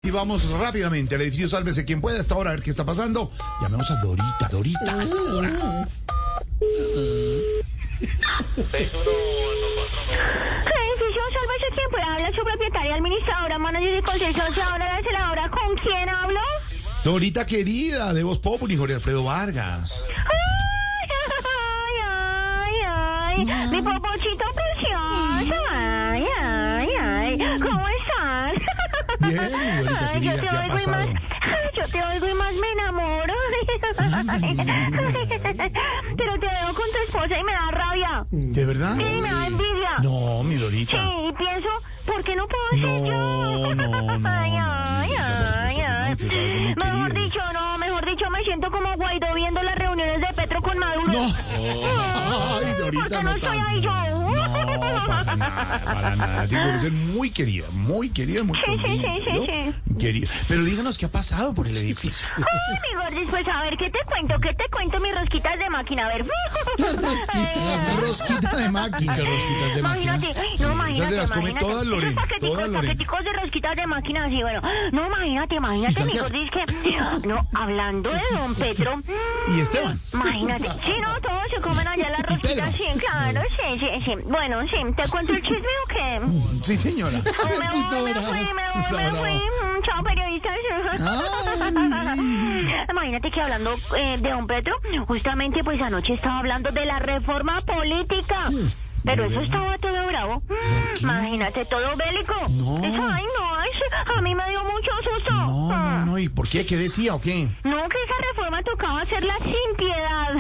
Y vamos rápidamente al edificio Sálvese quien pueda. Hasta ahora a ver qué está pasando. Llamemos a Dorita. Dorita, hasta ahora. Edificio Sálvese quien pueda. Habla su propietaria, administradora, manager y concesionadora, la celadora. ¿Con quién hablo? Dorita querida, de Voz Populi, Jorge Alfredo Vargas. Mi popochito precioso. ¿Cómo estás? Bien, mi Dorita querida, ¿qué ha pasado? Yo te oigo y más me enamoro. Pero te veo con tu esposa y me da rabia. ¿De verdad? Sí, me da envidia. No, mi Dorita. Sí, y pienso, ¿por qué no puedo ser yo? No, Mejor dicho, me siento como Guaidó viendo las reuniones de Petro con Maduro. No. Ay, Dorita, ¿Por qué no estoy ahí yo? No, para nada. Tiene que ser muy querida, muy Sí. querida. Pero díganos qué ha pasado por el edificio. Ay, mi gordis, pues a ver, ¿qué te cuento, mis rosquitas de máquina? A ver. Rosquita de máquina. Rosquitas de máquina. Imagínate, Esas se las come todas Lorena. Paqueticos de rosquitas de máquina, así, bueno. No, imagínate, mi gordis, que... No, hablando de don Petro... ¿Y Esteban? Imagínate. Sí, no, todos se comen allá las rosquitas, sí, claro, sí. Bueno, sí, ¿te cuento el chisme o qué? Sí, señora. Me fui. Chao, periodistas. Imagínate que hablando de don Petro, justamente pues anoche estaba hablando de la reforma política. Pero eso estaba todo bravo. Imagínate, todo bélico. No. A mí me dio mucho susto. No, ¿y por qué? ¿Qué decía o qué? No, que esa reforma tocaba hacerla sin piedad.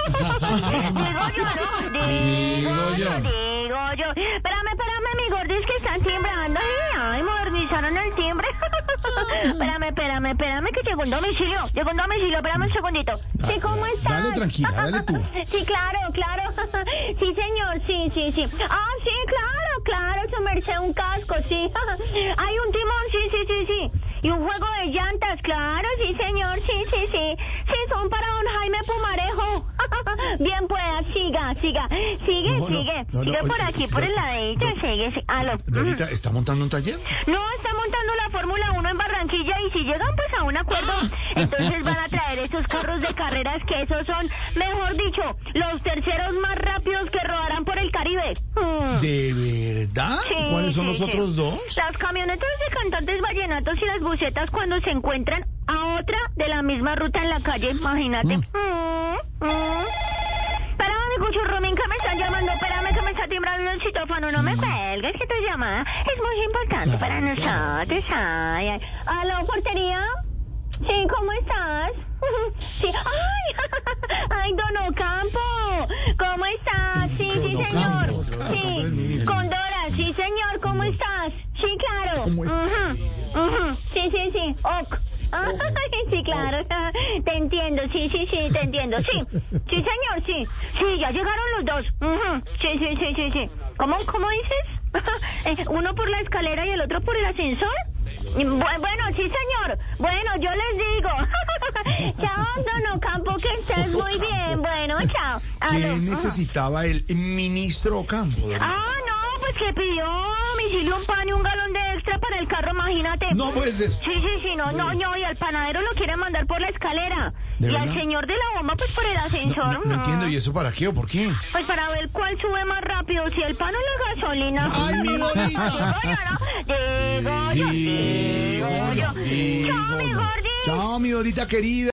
Digo yo. Espérame, mi gordis, que están timbrando. Ay, modernizaron el timbre. Espérame, que llegó un domicilio. Espérame un segundito. Sí, ¿cómo estás? Dale, tranquila, dale tú. Sí, claro. Sí, señor, sí. Ah, sí, claro, su merced, un casco, sí. Hay un timón, sí. Y un juego de llantas, claro, sí, señor, sí. Sí, son para don Jaime Pumarejo. Bien pueda, siga. Sigue por aquí, por el ladito, sigue. Aló. Dorita, ¿está montando un taller? No, está montando la Fórmula 1 en Barranquilla y si llegan pues a un acuerdo, entonces van a traer esos carros de carreras que esos son, mejor dicho, los terceros más rápidos que rodarán por el Caribe. ¿De verdad? Sí, ¿Cuáles son los otros dos? Las camionetas de cantantes vallenatos y las bucetas cuando se encuentran a otra de la misma ruta en la calle, imagínate. Espérame, mi cuchurrumín, que me están llamando. Espérame, que me está timbrando el citófono. No me cuelgues, que tu llamada es muy importante para nosotros. Ay. ¿Aló, portería? Sí, ¿cómo estás? Sí. ¡Ay, don Ocampo! ¿Cómo estás? Sí, señor. Sí, con Dora. Sí, señor, ¿cómo estás? Sí, claro. ¿Cómo estás? Sí. Ok. Sí, claro, te entiendo, sí, te entiendo, sí, señor, sí, ya llegaron los dos, sí. ¿Cómo dices? ¿Uno por la escalera y el otro por el ascensor? Bueno, sí, señor, bueno, yo les digo, chao, don Ocampo, que estés muy bien, bueno, chao. ¿Qué necesitaba el ministro Ocampo? No, pues que pidió domicilio un pan y un galón de extra para el carro, imagínate. No puede ser. Sí, no, y al panadero lo quieren mandar por la escalera. ¿De y verdad? al señor de la bomba, pues por el ascensor. No entiendo, ¿y eso para qué o por qué? Pues para ver cuál sube más rápido, si el pan o la gasolina. ¡Ay, mi Dorita! Digo yo. Chao, mi Dorita querida.